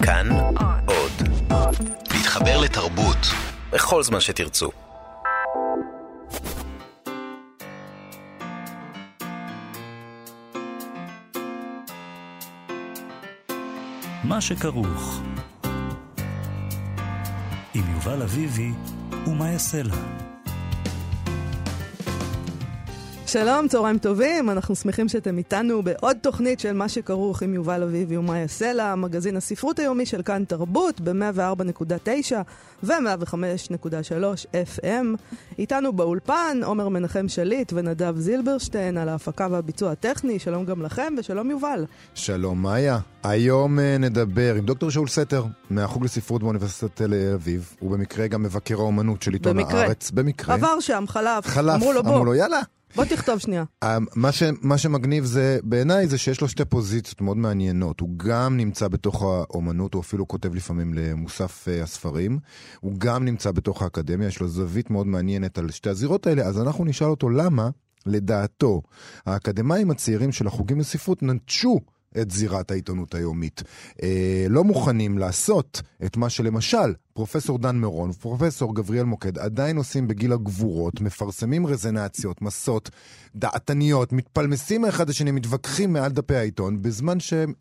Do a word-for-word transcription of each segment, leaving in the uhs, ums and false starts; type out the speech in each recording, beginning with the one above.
כאן עוד. להתחבר לתרבות בכל זמן שתרצו. מה שכרוך עם יובל אביבי ומה יעשה לה. שלום, צהריים טובים, אנחנו שמחים שאתם איתנו בעוד תוכנית של מה שכרוך עם יובל אביבי ומה יעשה לה, מגזין הספרות היומי של כאן תרבות ב-מאה וארבע נקודה תשע ו-מאה וחמש נקודה שלוש אף אם. איתנו באולפן עומר מנחם שליט ונדב זילברשטיין על ההפקה והביצוע הטכני. שלום גם לכם ושלום יובל. שלום מאיה. היום נדבר עם דוקטור שאול סתר מהחוג לספרות באוניברסיטת תל אביב. הוא במקרה גם מבקר האומנות של עיתון במקרה. הארץ. במקרה. עבר שם, חלף. חלף. אמרו לו בוא. אמרו לו יאללה. בוא תכתוב שנייה. מה, ש, מה שמגניב זה, בעיניי זה שיש לו שתי פוזיציות מאוד מעניינות. הוא גם נמצא בתוך האומנות, הוא אפילו כותב לפעמים למוסף uh, הספרים. הוא גם נמצא בתוך האקדמיה, יש לו זווית מאוד מעניינת על שתי הזירות האלה. אז אנחנו נשאל אותו למה, לדעתו, האקדמיים הצעירים של החוגים לספרות נטשו את זירת העיתונות היומית. אה, לא מוכנים לעשות את מה שלמשל פרופסור דן מירון ופרופסור גבריאל מוקד עדיין עושים בגיל הגבורות, מפרסמים רזונציות, מסות, דעתניות, מתפלמסים אחד השני, מתווכחים מעל דפי העיתון, בזמן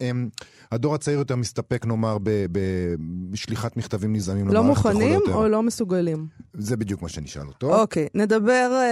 שהדור הצעיר יותר מסתפק, נאמר, בשליחת מכתבים נזעמים. לא מוכנים או לא מסוגלים? זה בדיוק מה שנשאל אותו. אוקיי, נדבר,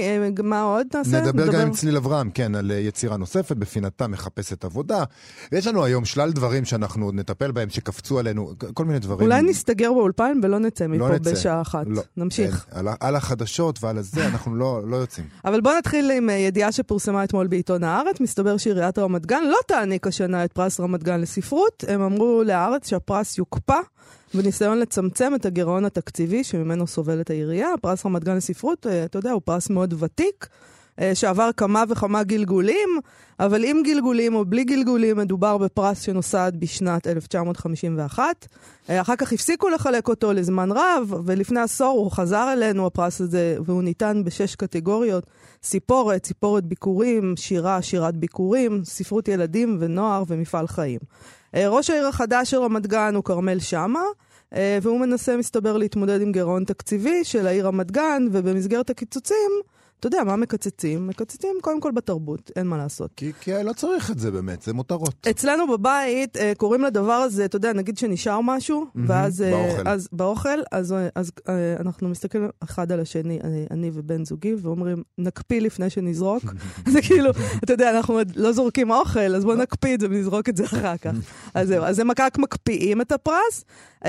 מה עוד נעשה? נדבר גם עם צליל אברהם, כן, על יצירה נוספת, בפינתה מחפשת עבודה. ויש לנו היום שלל דברים שאנחנו נטפל בהם, שקפצו עלינו, כל מיני דברים. אולי נסתגר באולפן ולא נצא מפה לא בשעה אחת. לא. נמשיך. אין, על, על החדשות ועל הזה אנחנו לא, לא יוצאים. אבל בוא נתחיל עם ידיעה שפורסמה אתמול בעיתון הארץ. מסתבר שעיריית רמת גן לא תעניק השנה את פרס רמת גן לספרות. הם אמרו לארץ שהפרס יוקפא בניסיון לצמצם את הגירעון התקציבי שממנו סובלת העירייה. הפרס רמת גן לספרות, אתה יודע, הוא פרס מאוד ותיק, שעבר כמה וכמה גלגולים, אבל עם גלגולים או בלי גלגולים מדובר בפרס שנוסד בשנת אלף תשע מאות חמישים ואחת. אחר כך הפסיקו לחלק אותו לזמן רב, ולפני עשור הוא חזר אלינו הפרס הזה, והוא ניתן בשש קטגוריות: סיפורת, סיפורת ביקורים, שירה, שירת ביקורים, ספרות ילדים ונוער ומפעל חיים. ראש העיר החדש של רמת גן הוא כרמל שמה, והוא מנסה מסתבר להתמודד עם גירעון תקציבי של העיר רמת גן, ובמסגרת הקיצוצים אתה יודע, מה מקצצים? מקצצים קודם כל בתרבות, אין מה לעשות. כי, כי לא צריך את זה באמת, זה מותרות. אצלנו בבית אה, קוראים לדבר הזה, אתה יודע, נגיד שנשאר משהו, mm-hmm, ואז באוכל. אז, באוכל, אז, אז אה, אנחנו מסתכלים אחד על השני, אני, אני ובן זוגי, ואומרים, נקפיא לפני שנזרוק. זה כאילו, אתה יודע, אנחנו לא זורקים אוכל, אז בואו נקפיא את זה ונזרוק את זה אחר כך. אז זהו, אז הם רק מקפיאים את הפרס,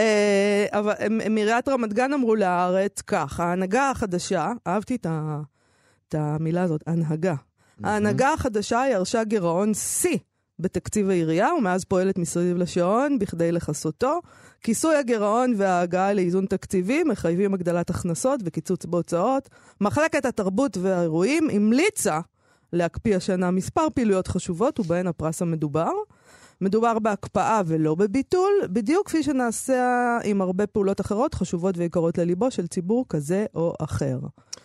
אה, אבל מעיריית רמת גן אמרו לארץ כך, ההנהגה החדשה, אהבתי את ה... את המילה הזאת, הנהגה. Mm-hmm. ההנהגה החדשה ירשה גירעון C בתקציב העירייה, ומאז פועלת מסביב לשעון בכדי לחסותו. כיסוי הגירעון וההגעה לאיזון תקציבי מחייבים הגדלת הכנסות וקיצוץ בהוצאות. מחלקת התרבות והאירועים המליצה להקפיא השנה מספר פעילויות חשובות, ובהן הפרס המדובר. מדובר בהקפאה ולא בביטול, בדיוק כפי שנעשה עם הרבה פעולות אחרות חשובות ויקרות לליבו של ציבור כזה או אחר.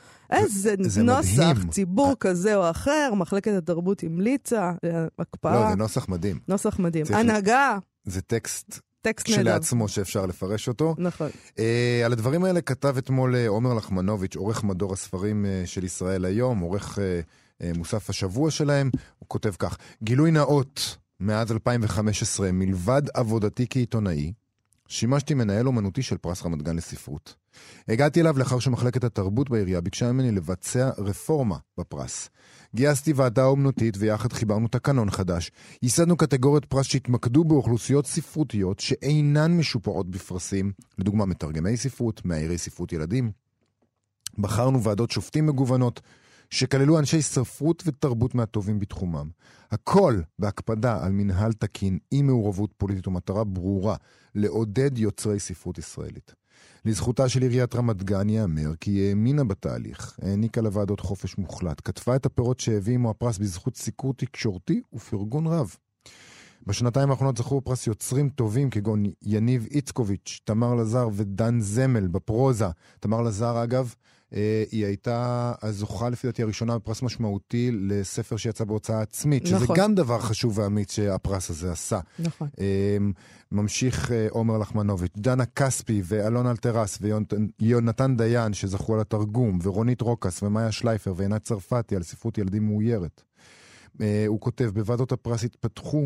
איזה נוסח, מדהים. ציבור כזה או אחר, מחלקת התרבות המליצה, הקפאה. לא, זה נוסח מדהים. נוסח מדהים. הנהגה. זה טקסט, טקסט כשלעצמו שאפשר לפרש אותו. נכון. אה, על הדברים האלה כתב אתמול עומר לחמנוביץ', עורך מדור הספרים של ישראל היום, עורך אה, אה, מוסף השבוע שלהם, הוא כותב כך: גילוי נאות מאז אלפיים וחמש עשרה, מלבד עבודתי כעיתונאי, שימשתי מנהל אומנותי של פרס רמת גן לספרות. הגעתי אליו לאחר שמחלקת התרבות בעירייה ביקשה ממני לבצע רפורמה בפרס. גייסתי ועדה אומנותית ויחד חיברנו תקנון חדש. ייסדנו קטגוריות פרס שהתמקדו באוכלוסיות ספרותיות שאינן משופעות בפרסים, לדוגמה מתרגמי ספרות, מאיירי ספרות ילדים. בחרנו ועדות שופטים מגוונות שכללו אנשי ספרות ותרבות מהטובים בתחומם. הכל בהקפדה על מנהל תקין עם מעורבות פוליטית ומטרה ברורה לעודד יוצרי ספרות ישראלית. לזכותה של עיריית רמת גן יאמר כי היא האמינה בתהליך, העניקה לוועדות חופש מוחלט, כתבה את הפירות שהביא עמו הפרס בזכות סיקור תקשורתי ופרגון רב. בשנתיים האחרונות זכו פרס יוצרים טובים כגון יניב איצקוביץ', תמר לזר ודן זמל בפרוזה. תמר לזר אגב היא הייתה הזוכה לפי דעתי הראשונה בפרס משמעותי לספר שיצא בהוצאה עצמית, שזה נכון. גם דבר חשוב ואמיץ שהפרס הזה עשה. נכון. ממשיך עומר לחמנוביץ', דנה כספי ואלון אלטרס ויונתן דיין שזכו על התרגום, ורונית רוקס ומאיה שלייפר ועינת צרפתי על ספרות ילדים מאוירת. הוא כותב, בוועדות הפרס התפתחו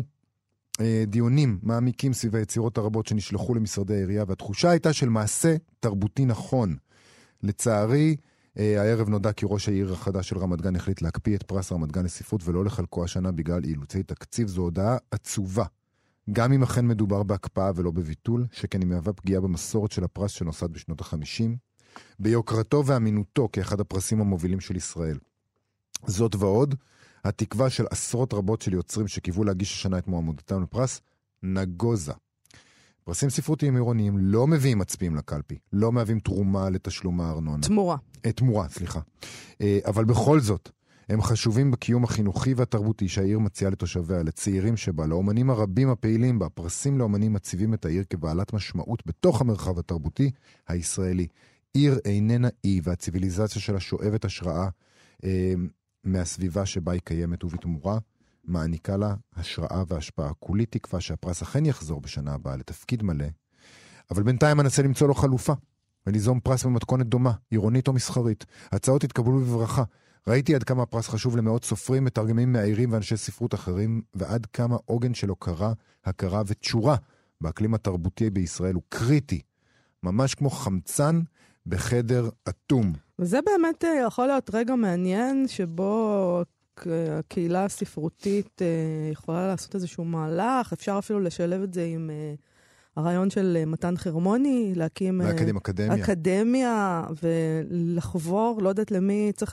דיונים מעמיקים סביב היצירות הרבות שנשלחו למשרדי העירייה, והתחושה הייתה של מעשה תרבותי נכון. לצערי, הערב נודע כי ראש העיר החדש של רמת גן החליט להקפיא את פרס רמת גן לספרות ולא לחלקו השנה בגלל אילוצי תקציב. זו הודעה עצובה. גם אם אכן מדובר בהקפאה ולא בביטול, שכן היא מהווה פגיעה במסורת של הפרס שנוסד בשנות ה-חמישים, ביוקרתו ואמינותו כאחד הפרסים המובילים של ישראל. זאת ועוד, התקווה של עשרות רבות של יוצרים שקיוו להגיש השנה את מועמדותם לפרס, נגוזה. פרסים ספרותיים עירוניים לא מביאים מצביעים לקלפי, לא מהווים תרומה לתשלום הארנונה. תמורה. אה, תמורה, סליחה. אה, אבל בכל זאת, הם חשובים בקיום החינוכי והתרבותי שהעיר מציעה לתושביה, לצעירים שבה, לאומנים הרבים הפעילים בה. פרסים לאומנים מציבים את העיר כבעלת משמעות בתוך המרחב התרבותי הישראלי. עיר איננה אי, והציביליזציה שלה שואבת השראה אה, מהסביבה שבה היא קיימת, ובתמורה מעניקה לה השראה והשפעה. כולי תקווה שהפרס אכן יחזור בשנה הבאה לתפקיד מלא, אבל בינתיים אנסה למצוא לו חלופה, וליזום פרס במתכונת דומה, עירונית או מסחרית. הצעות התקבלו בברכה. ראיתי עד כמה הפרס חשוב למאות סופרים, מתרגמים מהעירים ואנשי ספרות אחרים, ועד כמה עוגן של הוקרה, הכרה ותשורה באקלים התרבותי בישראל הוא קריטי. ממש כמו חמצן בחדר אטום. וזה באמת יכול להיות רגע מעניין, שבו הקהילה הספרותית יכולה לעשות איזשהו מהלך, אפשר אפילו לשלב את זה עם הרעיון של מתן חרמוני, להקים להקים אקדמיה. אקדמיה, ולחבור, לא יודעת למי, צריך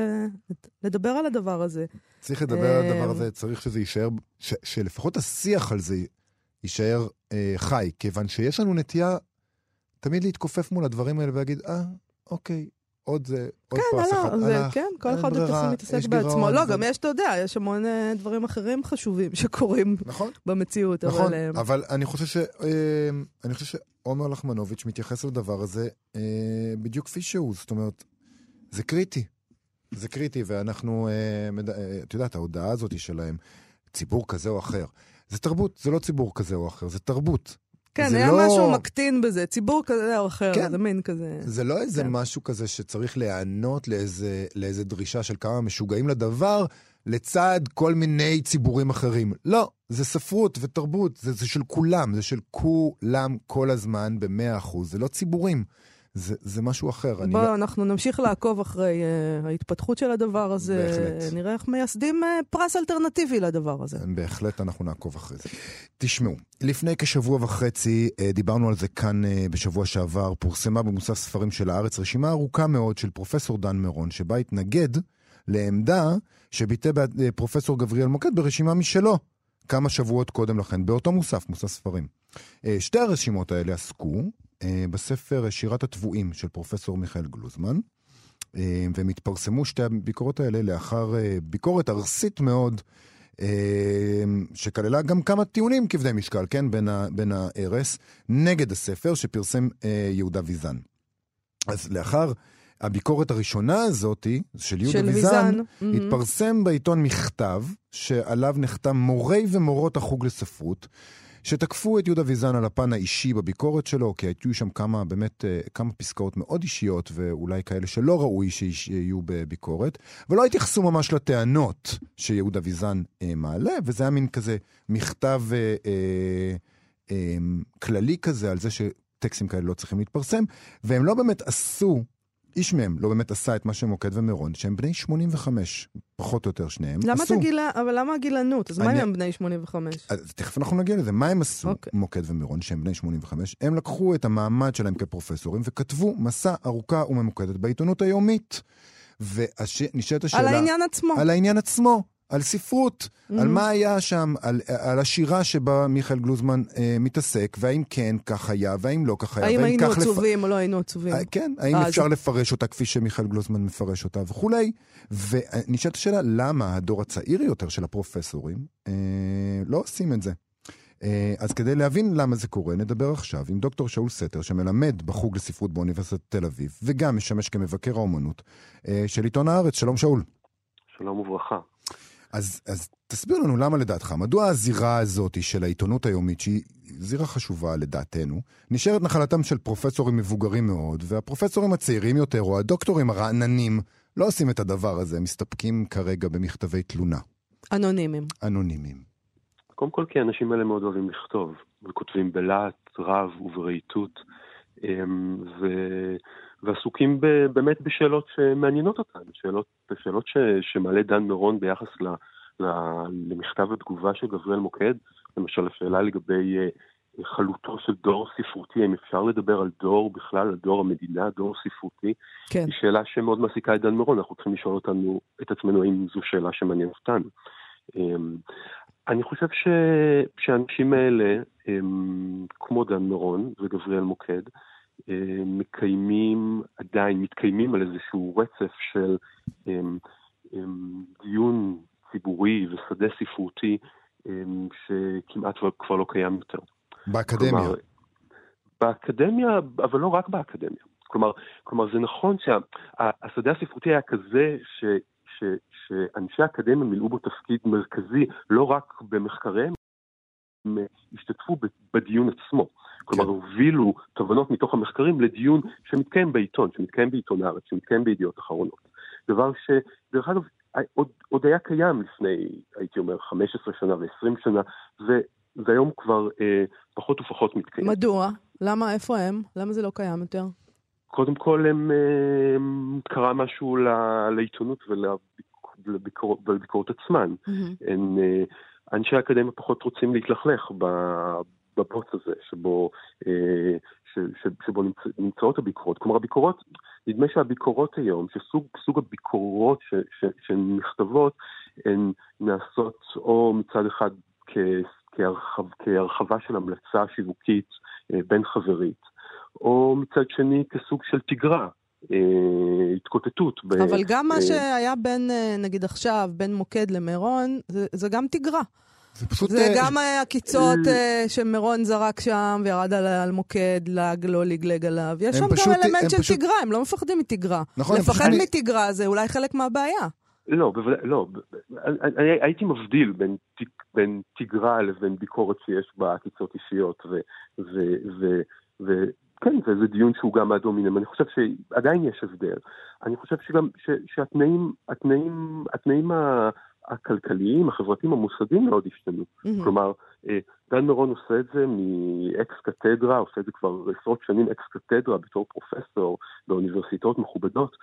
לדבר על הדבר הזה. צריך לדבר על הדבר הזה, צריך שזה יישאר, ש, שלפחות השיח על זה יישאר אה, חי, כיוון שיש לנו נטייה תמיד להתכופף מול הדברים האלה ולהגיד, אה, אוקיי, עוד זה, עוד כן, פרס אחד. זה, כן, כל אחד צריך להתעסק בעצמו. לא, גם יש, אתה יודע, יש המון דברים אחרים חשובים שקורים במציאות. נכון, אבל אני חושב ש... אני חושב שעומר לחמנוביץ' מתייחס לדבר הזה בדיוק כפי שהוא. זאת אומרת, זה קריטי. זה קריטי, ואנחנו, אתה יודע, ההודעה הזאת שלהם, ציבור כזה או אחר. זה תרבות, זה לא ציבור כזה או אחר, זה תרבות. כן, היה לא... משהו מקטין בזה, ציבור כזה או אחר, כן. זה מין כזה. זה לא איזה כן. משהו כזה שצריך להיענות לאיזה, לאיזה דרישה של כמה משוגעים לדבר, לצד כל מיני ציבורים אחרים. לא, זה ספרות ותרבות, זה, זה של כולם, זה של כולם כל הזמן במאה אחוז, זה לא ציבורים. זה, זה משהו אחר. בוא, לא... אנחנו נמשיך לעקוב אחרי uh, ההתפתחות של הדבר הזה. בהחלט. נראה איך מייסדים uh, פרס אלטרנטיבי לדבר הזה. בהחלט אנחנו נעקוב אחרי זה. תשמעו, לפני כשבוע וחצי, uh, דיברנו על זה כאן uh, בשבוע שעבר, פורסמה במוסף ספרים של הארץ רשימה ארוכה מאוד של פרופסור דן מירון, שבה התנגד לעמדה שביטא פרופסור גבריאל מוקד ברשימה משלו, כמה שבועות קודם לכן, באותו מוסף, מוסף ספרים. Uh, שתי הרשימות האלה עסקו, בספר שירת התבואים של פרופסור מיכאל גלוזמן, והם התפרסמו שתי הביקורות האלה לאחר ביקורת ארסית מאוד, שכללה גם כמה טיעונים כבדי משקל, כן, בין, ה, בין הארס, נגד הספר שפרסם יהודה ויזן. אז לאחר הביקורת הראשונה הזאת, של יהודה של ויזן, ויזן, התפרסם בעיתון מכתב, שעליו נחתם מורי ומורות החוג לספרות, שתקפו את יהודה ויזן על הפן האישי בביקורת שלו, כי היו שם כמה, באמת, כמה פסקאות מאוד אישיות, ואולי כאלה שלא ראוי שיהיו בביקורת, ולא התייחסו ממש לטענות שיהודה ויזן אה, מעלה, וזה היה מין כזה מכתב אה, אה, אה, כללי כזה, על זה שטקסטים כאלה לא צריכים להתפרסם, והם לא באמת עשו, איש מהם לא באמת עשה את מה שמוקד ומירון, שהם בני שמונים וחמש, פחות או יותר שניהם. למה אתה גילה, אבל למה הגילנות? אז אני... מה הם בני שמונים וחמש? אז תכף אנחנו נגיע לזה. מה הם עשו, okay. מוקד ומירון, שהם בני שמונים וחמש? הם לקחו את המעמד שלהם כפרופסורים, וכתבו מסע ארוכה וממוקדת בעיתונות היומית. ונשאלת השאלה... על העניין עצמו. על העניין עצמו. על ספרות, mm-hmm. על מה היה שם, על, על השירה שבה מיכאל גלוזמן אה, מתעסק, והאם כן כך היה, והאם לא כך היה. האם היינו עצובים לפ... או לא היינו עצובים. אה, כן, האם אז... אפשר לפרש אותה כפי שמיכאל גלוזמן מפרש אותה וכולי. ונשאלת השאלה, למה הדור הצעיר יותר של הפרופסורים אה, לא עושים את זה? אז כדי להבין למה זה קורה, נדבר עכשיו עם דוקטור שאול סתר, שמלמד בחוג לספרות באוניברסיטת תל אביב, וגם משמש כמבקר האומנות של עיתון הארץ. שלום שאול. שלום וברכה. אז, אז תסביר לנו למה לדעתך, מדוע הזירה הזאת של העיתונות היומית, שהיא זירה חשובה לדעתנו, נשארת נחלתם של פרופסורים מבוגרים מאוד, והפרופסורים הצעירים יותר, או הדוקטורים הרעננים, לא עושים את הדבר הזה, מסתפקים כרגע במכתבי תלונה. אנונימיים. אנונימיים. קודם כל כי האנשים האלה מאוד אוהבים לכתוב, וכותבים בלהט, רב וברהיטות, ו... ועסוקים ב... באמת בשאלות שמעניינות אותן, שאלות, בשאלות ש... שמעלה דן מירון ביחס ל... ל... למכתב התגובה של גבריאל מוקד, למשל השאלה לגבי חלוטו של דור ספרותי, אם אפשר לדבר על דור בכלל, על דור המדינה, דור ספרותי, כן. היא שאלה שמאוד מעסיקה את דן מירון, אנחנו צריכים לשאול אותנו, את עצמנו, האם זו שאלה שמעניינת אותנו. אני חושב ש... שהאנשים האלה, הם, כמו דן מירון וגבריאל מוקד, הם מקיימים, עדיין מתקיימים על איזשהו רצף של הם, הם, דיון ציבורי ושדה ספרותי, הם, שכמעט כבר לא קיים יותר. באקדמיה. כלומר, באקדמיה, אבל לא רק באקדמיה. כלומר, כלומר זה נכון שהשדה הספרותי היה כזה ש... ש, שאנשי האקדמיה מילאו בו תפקיד מרכזי, לא רק במחקריהם, הם השתתפו בדיון עצמו. כלומר, הובילו תובנות מתוך המחקרים לדיון שמתקיים בעיתון, שמתקיים בעיתון הארץ, שמתקיים בידיעות אחרונות. דבר שדרך אגב, עוד, עוד היה קיים לפני, הייתי אומר, חמש עשרה שנה ו-עשרים שנה, ו, והיום כבר אה, פחות ופחות מתקיים. מדוע? למה? איפה הם? למה זה לא קיים יותר? קודם כל, הם, הם קרה משהו לעיתונות ולביקורת עצמן. Mm-hmm. הם, אנשי האקדמיה פחות רוצים להתלכלך בבוץ הזה, שבו, ש, ש, שבו נמצא, נמצאות הביקורות. כלומר, הביקורות, נדמה שהביקורות היום, שסוג סוג הביקורות ש, ש, שנכתבות, הן נעשות או מצד אחד כ, כהרחב, כהרחבה של המלצה שיווקית בין חברית, או מצד שני כסוג של תגרה, אה, התקוטטות. אבל ב, גם מה אה, שהיה בין, נגיד עכשיו, בין מוקד למירון, זה, זה גם תגרה. זה, פשוט זה אה, גם הקיצות אה, שמירון זרק שם וירד על, על מוקד, לג, לא לגלג עליו. יש שם פשוט, גם אלמנט של פשוט... תגרה, הם לא מפחדים מתגרה. נכון, לפחד פשוט... מתגרה זה אולי חלק מהבעיה. לא, בוודאי, לא. אני הייתי מבדיל בין, בין תגרה לבין ביקורת שיש בה קיצות אישיות, ו... ו, ו, ו כן, זה דיון שהוא גם הדומינם. אני חושב שעדיין יש הבדל. אני חושב שגם ש, שהתנאים, התנאים, התנאים הכלכליים, החברתיים, המוסדיים מאוד השתנו. Mm-hmm. כלומר, דן מירון עושה את זה מאקס קתדרה, עושה את זה כבר עשרות שנים אקס קתדרה בתור פרופסור באוניברסיטאות מכובדות.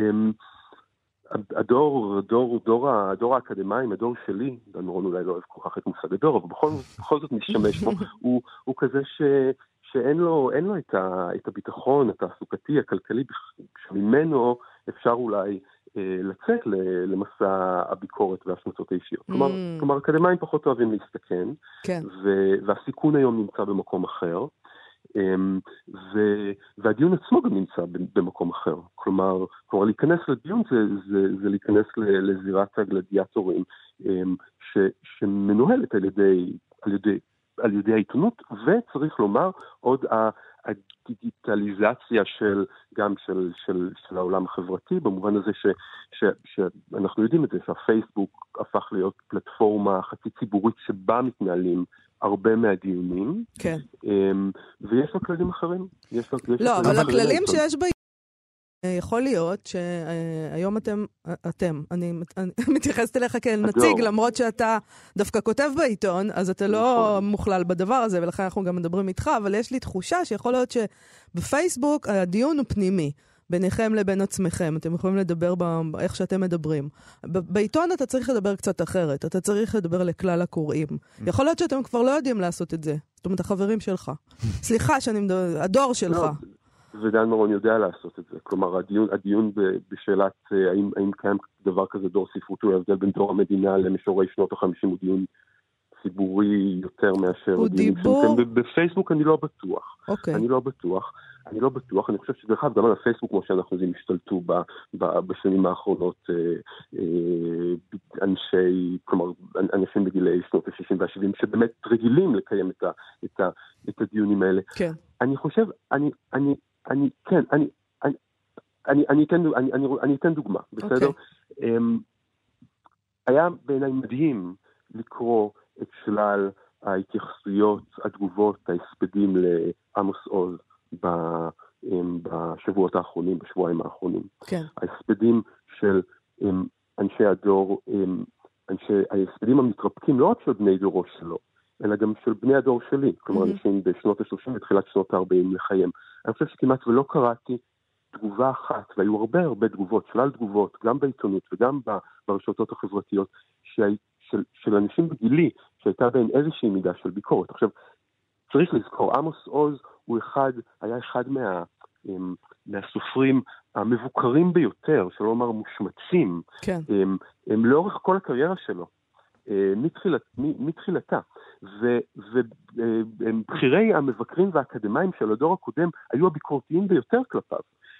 הדור, הדור, דור, הדור האקדמיים, הדור שלי, דן מירון אולי לא אוהב כל כך את מושג הדור, אבל בכל, בכל זאת משתמש בו, הוא, הוא כזה ש... שאין לו, אין לו את, ה, את הביטחון, התעסוקתי, הכלכלי, שממנו אפשר אולי אה, לצאת למסע הביקורת והשמצות האישיות. Mm. כלומר, כלומר, אקדמיים פחות אוהבים להסתכן, כן. ו, והסיכון היום נמצא במקום אחר, אה, ו, והדיון עצמו גם נמצא במקום אחר. כלומר, כלומר להיכנס לדיון זה, זה, זה להיכנס לזירת הגלדיאטורים, אה, ש, שמנוהלת על ידי, על ידי על ידי העיתונות, וצריך לומר עוד הדיגיטליזציה של, גם של, של, של העולם החברתי, במובן הזה ש, ש, שאנחנו יודעים את זה, שהפייסבוק הפך להיות פלטפורמה חצי ציבורית שבה מתנהלים הרבה מהדיונים, כן. ויש לה כללים אחרים. יש לה, יש לא, אבל הכללים שיש בה... יכול להיות שהיום אתם, אתם, אני מתייחסת אליך כאל נציג, למרות שאתה דווקא כותב בעיתון, אז אתה לא מוכלל בדבר הזה, ולכן אנחנו גם מדברים איתך, אבל יש לי תחושה שיכול להיות שבפייסבוק הדיון הוא פנימי, ביניכם לבין עצמכם, אתם יכולים לדבר באיך שאתם מדברים. בעיתון אתה צריך לדבר קצת אחרת, אתה צריך לדבר לכלל הקוראים. יכול להיות שאתם כבר לא יודעים לעשות את זה, זאת אומרת, החברים שלך. סליחה שאני מדבר, הדור שלך. ודן מירון יודע לעשות את זה. כלומר, הדיון, הדיון בשאלת האם, האם קיים דבר כזה דור ספרותי, הוא ההבדל בין דור המדינה למשוררי שנות ה-חמישים, הוא דיון ציבורי יותר מאשר... הוא דיבור... בפייסבוק אני לא בטוח. Okay. אני לא בטוח. אני לא בטוח, אני חושב שדרך אגב גם על הפייסבוק, כמו שאנחנו יודעים, השתלטו ב, ב, בשנים האחרונות אה, אה, אנשי, כלומר, אנשים בגילי שנות ה-שישים וה-שבעים, שבאמת רגילים לקיים את, ה, את, ה, את הדיונים האלה. כן. אני חושב, אני, אני, אני, כן, אני, אני, אני, אני, אתן, אני, אני, אני אתן דוגמה, בסדר? Okay. Um, היה בעיניי מדהים לקרוא את שלל ההתייחסויות, התגובות, ההספדים לעמוס עוז ב, um, בשבועות האחרונים, בשבועיים האחרונים. כן. ההספדים של um, אנשי הדור, um, אנשי, ההספדים המתרפקים לא רק של בני דורו שלו, אלא גם של בני הדור שלי, כלומר mm-hmm. אנשים בשנות ה-שלושים ותחילת שנות ה-ארבעים לחיים. אני חושב שכמעט ולא קראתי תגובה אחת, והיו הרבה הרבה תגובות, שלל תגובות, גם בעיתונות וגם ברשתות החברתיות, של, של, של אנשים בגילי, שהייתה בהן איזושהי מידה של ביקורת. עכשיו, צריך לזכור, עמוס עוז הוא אחד, היה אחד מה, הם, מהסופרים המבוקרים ביותר, שלא לומר מושמצים, כן. הם, הם לאורך כל הקריירה שלו, מתחילת, מתחילתה, ובחירי המבקרים והאקדמיים של הדור הקודם היו הביקורתיים ביותר כלפיו.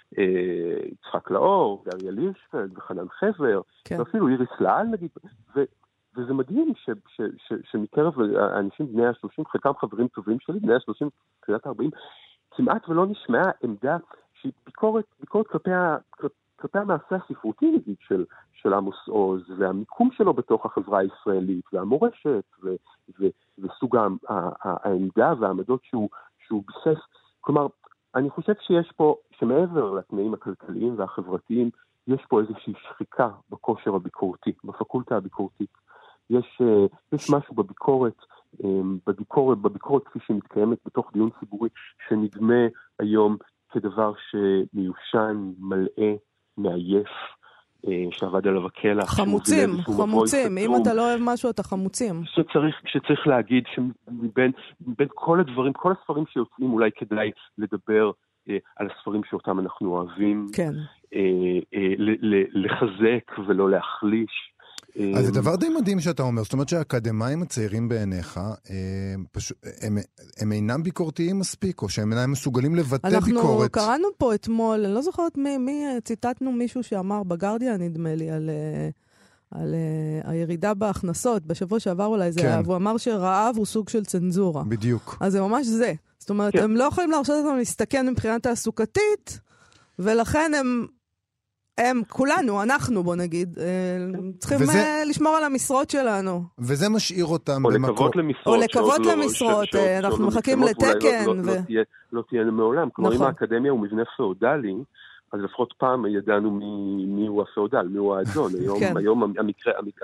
יצחק לאור, ואריאל הירשפלד, וחנן חבר, כן. ואפילו איריס לאל נגיד, ו, וזה מדהים ש, ש, ש, שמקרב האנשים בני ה-שלושים, חלקם חברים טובים שלי, בני ה-שלושים, תחילת ה-ארבעים, כמעט ולא נשמעה עמדה שהיא ביקורת, ביקורת כלפי ה... כלפי המעשה הספרותי נגיד של, של עמוס עוז, והמיקום שלו בתוך החברה הישראלית, והמורשת, ו, ו, וסוג העמדה והעמדות שהוא, שהוא בסס. כלומר, אני חושב שיש פה, שמעבר לתנאים הכלכליים והחברתיים, יש פה איזושהי שחיקה בכושר הביקורתי, בפקולטה הביקורתית. יש, יש משהו בביקורת, בביקורת, בביקורת כפי שמתקיימת בתוך דיון ציבורי, שנדמה היום כדבר שמיושן, מלא, מעייף, שעבד עליו הקלח. חמוצים, חמוצים. אם אתה לא אוהב משהו, אתה חמוצים. שצריך, שצריך להגיד שבין בין כל הדברים, כל הספרים שיוצאים, אולי כדאי לדבר אה, על הספרים שאותם אנחנו אוהבים. כן. אה, אה, ל, ל, לחזק ולא להחליש. אז זה דבר די מדהים שאתה אומר, זאת אומרת שהאקדמיים הצעירים בעיניך, הם, פשוט, הם, הם אינם ביקורתיים מספיק, או שהם אינם מסוגלים לבטא אנחנו ביקורת. אנחנו קראנו פה אתמול, אני לא זוכרת מי, מי ציטטנו מישהו שאמר בגרדיה, נדמה לי, על, על הירידה בהכנסות, בשבוע שעבר אולי זה, כן. והוא אמר שרעב הוא סוג של צנזורה. בדיוק. אז זה ממש זה. זאת אומרת, כן. הם לא יכולים להרשות אותם להסתכן מבחינה תעסוקתית, ולכן הם... הם, כולנו, אנחנו בוא נגיד, צריכים וזה, לשמור על המשרות שלנו. וזה משאיר אותם או במקום. לקוות למשרות. או לקוות למשרות, לא, אנחנו מחכים לתקן. לא, לא, ו... לא, לא, תהיה, לא תהיה מעולם. כלומר, נכון. אם האקדמיה הוא מבנה פאודלי, אז לפחות פעם ידענו מי, מי הוא הפאודל, מי הוא האדון. היום, כן. היום המקרה, המקרה,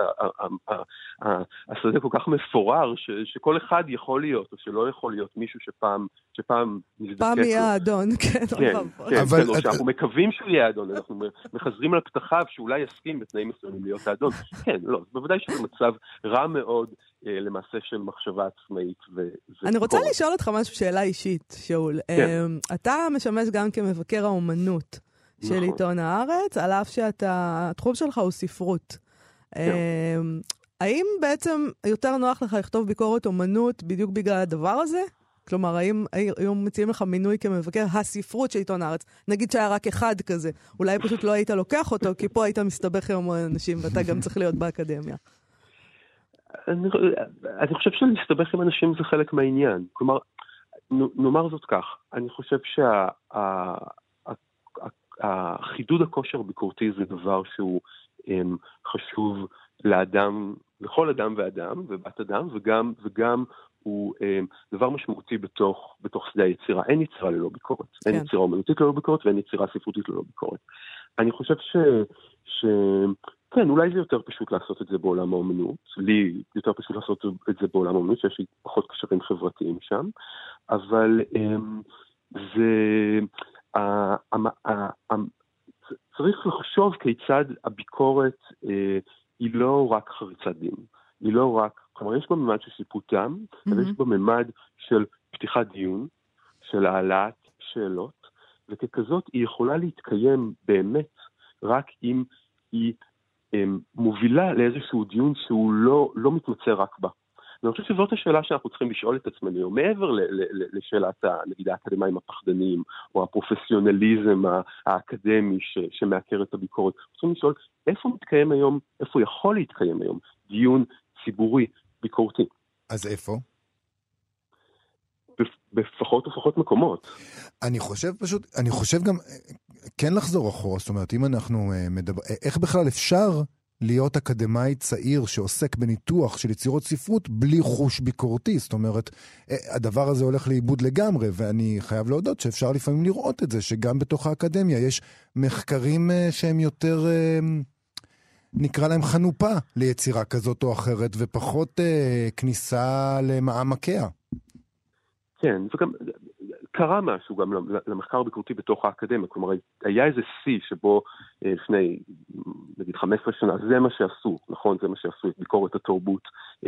השדה כל כך מפורר, ש, שכל אחד יכול להיות, או שלא יכול להיות מישהו שפעם, שפעם נזדקק. פעם יהיה האדון, כן. כן, כן, אבל... כן, או שאנחנו מקווים שהוא יהיה האדון, אנחנו מחזרים על פתחיו שאולי יסכים בתנאים מסוימים להיות האדון. כן, לא, בוודאי שזה מצב רע מאוד למעשה של מחשבה עצמאית. אני רוצה לשאול אותך משהו, שאלה אישית, שאול. אתה משמש גם כמבקר האומנות. של עיתון הארץ, על אף שהתחום שלך הוא ספרות. האם בעצם יותר נוח לך לכתוב ביקורת אומנות בדיוק בגלל הדבר הזה? כלומר, האם היום מציעים לך מינוי כמבקר הספרות של עיתון הארץ? נגיד שהיה רק אחד כזה, אולי פשוט לא היית לוקח אותו, כי פה היית מסתבך עם אנשים, ואתה גם צריך להיות באקדמיה. אני, אני חושב שלהסתבך עם אנשים זה חלק מהעניין. כלומר, נאמר זאת כך, אני חושב שה... החידוד הכושר הביקורתי זה דבר שהוא um, חשוב לאדם, לכל אדם ואדם ובת אדם, וגם, וגם הוא um, דבר משמעותי בתוך, בתוך שדה היצירה. אין יצירה ללא ביקורת. כן. אין יצירה אומנותית ללא ביקורת ואין יצירה ספרותית ללא ביקורת. אני חושב ש... ש... כן, אולי זה יותר פשוט לעשות את זה בעולם האומנות. לי יותר פשוט לעשות את זה בעולם האומנות, שיש לי פחות קשרים חברתיים שם. אבל um, זה... צריך לחשוב כיצד הביקורת היא לא רק חריצת דין, היא לא רק, כלומר יש בה ממד של שיפוטם, אבל יש בה ממד של פתיחת דיון, של העלאת שאלות, וככזאת היא יכולה להתקיים באמת רק אם היא מובילה לאיזשהו דיון שהוא לא, לא מתמצא רק בה. ואני חושב שזאת השאלה שאנחנו צריכים לשאול את עצמנו, מעבר ל- ל- ל- לשאלת, נגיד, האקדמיים הפחדנים, או הפרופסיונליזם האקדמי ש- שמעקר את הביקורת. אנחנו צריכים לשאול, איפה מתקיים היום, איפה יכול להתקיים היום דיון ציבורי ביקורתי? אז איפה? בפחות ופחות מקומות. אני חושב פשוט, אני חושב גם, כן לחזור אחורה, זאת אומרת, אם אנחנו מדבר, איך בכלל אפשר להיות אקדמאי צעיר שעוסק בניתוח של יצירות ספרות בלי חוש ביקורתי? זאת אומרת, הדבר הזה הולך לאיבוד לגמרי, ואני חייב להודות שאפשר לפעמים לראות את זה, שגם בתוך האקדמיה יש מחקרים שהם יותר, נקרא להם חנופה ליצירה כזאת או אחרת, ופחות כניסה למעמקיה. כן, וגם קרה משהו גם למחקר הביקורתי בתוך האקדמיה, כלומר היה איזה שיא שבו לפני נגיד חמש עשרה שנה, זה מה שעשו, נכון? זה מה שעשו, את ביקורת התרבות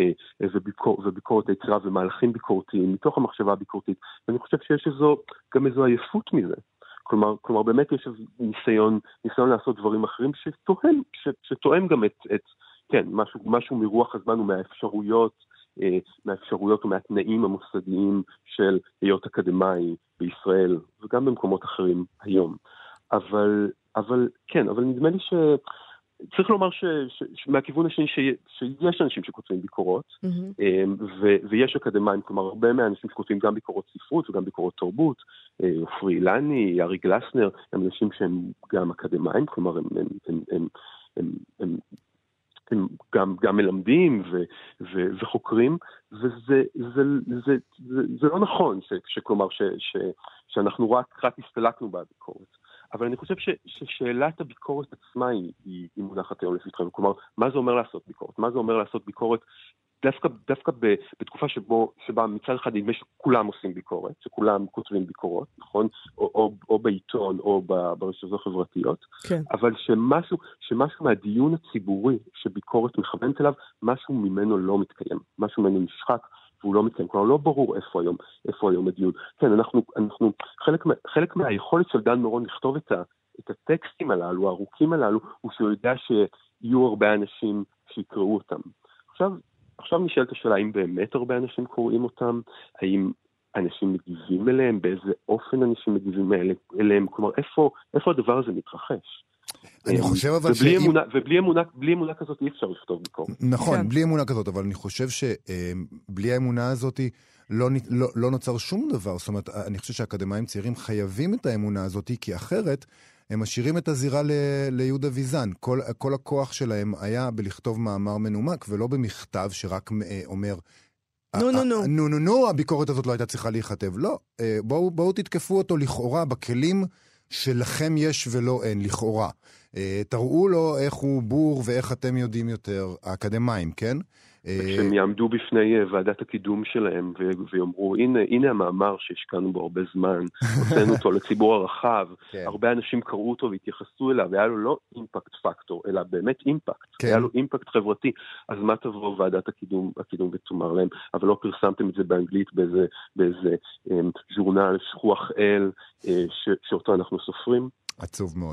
וביקור, וביקורת היצירה ומהלכים ביקורתיים מתוך המחשבה הביקורתית, ואני חושב שיש איזו, גם איזו עייפות מזה. כלומר, כלומר באמת יש ניסיון, ניסיון לעשות דברים אחרים שתואם, שתואם גם את, את כן, משהו, משהו מרוח הזמן ומהאפשרויות, מהאפשרויות ומהתנאים המוסדיים של להיות אקדמאי בישראל, וגם במקומות אחרים היום. אבל, אבל, כן, אבל נדמה לי ש... צריך לומר ש, ש, שמהכיוון השני ש, שיש אנשים שכותבים ביקורות, mm-hmm. ו, ויש אקדמאים, כלומר הרבה מהאנשים שכותבים גם ביקורות ספרות וגם ביקורות תרבות, עופרי אילני, ארי גלסנר, הם אנשים שהם גם אקדמאים, כלומר הם, הם, הם, הם, הם, הם הם גם, גם מלמדים ו, ו, וחוקרים, וזה זה, זה, זה, זה, זה לא נכון, ש, שכלומר ש, ש, שאנחנו רק, רק הסתלקנו בביקורת. אבל אני חושב ש, ששאלת הביקורת עצמה היא, היא, היא מונחת היום לפתחנו. כלומר, מה זה אומר לעשות ביקורת? מה זה אומר לעשות ביקורת דווקא, דווקא ב, בתקופה שבו, שבה מצד אחד נדמה שכולם עושים ביקורת, שכולם כותבים ביקורות, נכון? או, או, או בעיתון או ברשתות החברתיות. כן. אבל שמשהו, שמשהו מהדיון הציבורי שביקורת מכוונת אליו, משהו ממנו לא מתקיים. משהו ממנו נשחק והוא לא מתקיים. כלומר, לא ברור איפה היום, איפה היום הדיון. כן, אנחנו, אנחנו, חלק, חלק מהיכולת של דן מירון לכתוב את ה, את הטקסטים הללו, הארוכים הללו, הוא שהוא יודע שיהיו הרבה אנשים שיקראו אותם. עכשיו, עכשיו נשאלת השאלה, האם באמת הרבה אנשים קוראים אותם? האם אנשים מגיבים אליהם? באיזה אופן אנשים מגיבים אליהם? כלומר, איפה, איפה הדבר הזה מתרחש? אני חושב אבל ובלי אמונה, ובלי אמונה, בלי אמונה כזאת אי אפשר לכתוב ביקורת. נכון, בלי אמונה כזאת, אבל אני חושב שבלי האמונה הזאת לא, לא, לא נוצר שום דבר. זאת אומרת, אני חושב שהאקדמאים צעירים חייבים את האמונה הזאת, כי אחרת הם משאירים את הזירה ל- ליהודה ויזן. כל, כל הכוח שלהם היה בלכתוב מאמר מנומק, ולא במכתב שרק אומר, נו, נו, נו. נו, נו, נו, הביקורת הזאת לא הייתה צריכה להיכתב. לא, בואו, בואו תתקפו אותו לכאורה בכלים שלכם יש ולא אין, לכאורה. תראו לו איך הוא בור ואיך אתם יודעים יותר, האקדמיים, כן? כשהם יעמדו בפני ועדת הקידום שלהם ויאמרו, הנה, הנה המאמר שהשקענו בו הרבה זמן, נותן אותו לציבור הרחב, הרבה אנשים קראו אותו והתייחסו אליו, והיה לו לא אימפקט פקטור, אלא באמת אימפקט, היה לו אימפקט חברתי, אז מה תבוא ועדת הקידום, הקידום ותאמר להם, אבל לא פרסמתם את זה באנגלית באיזה, באיזה ז'ורנל שכוח אל, שאותו אנחנו סופרים? עצוב מאוד.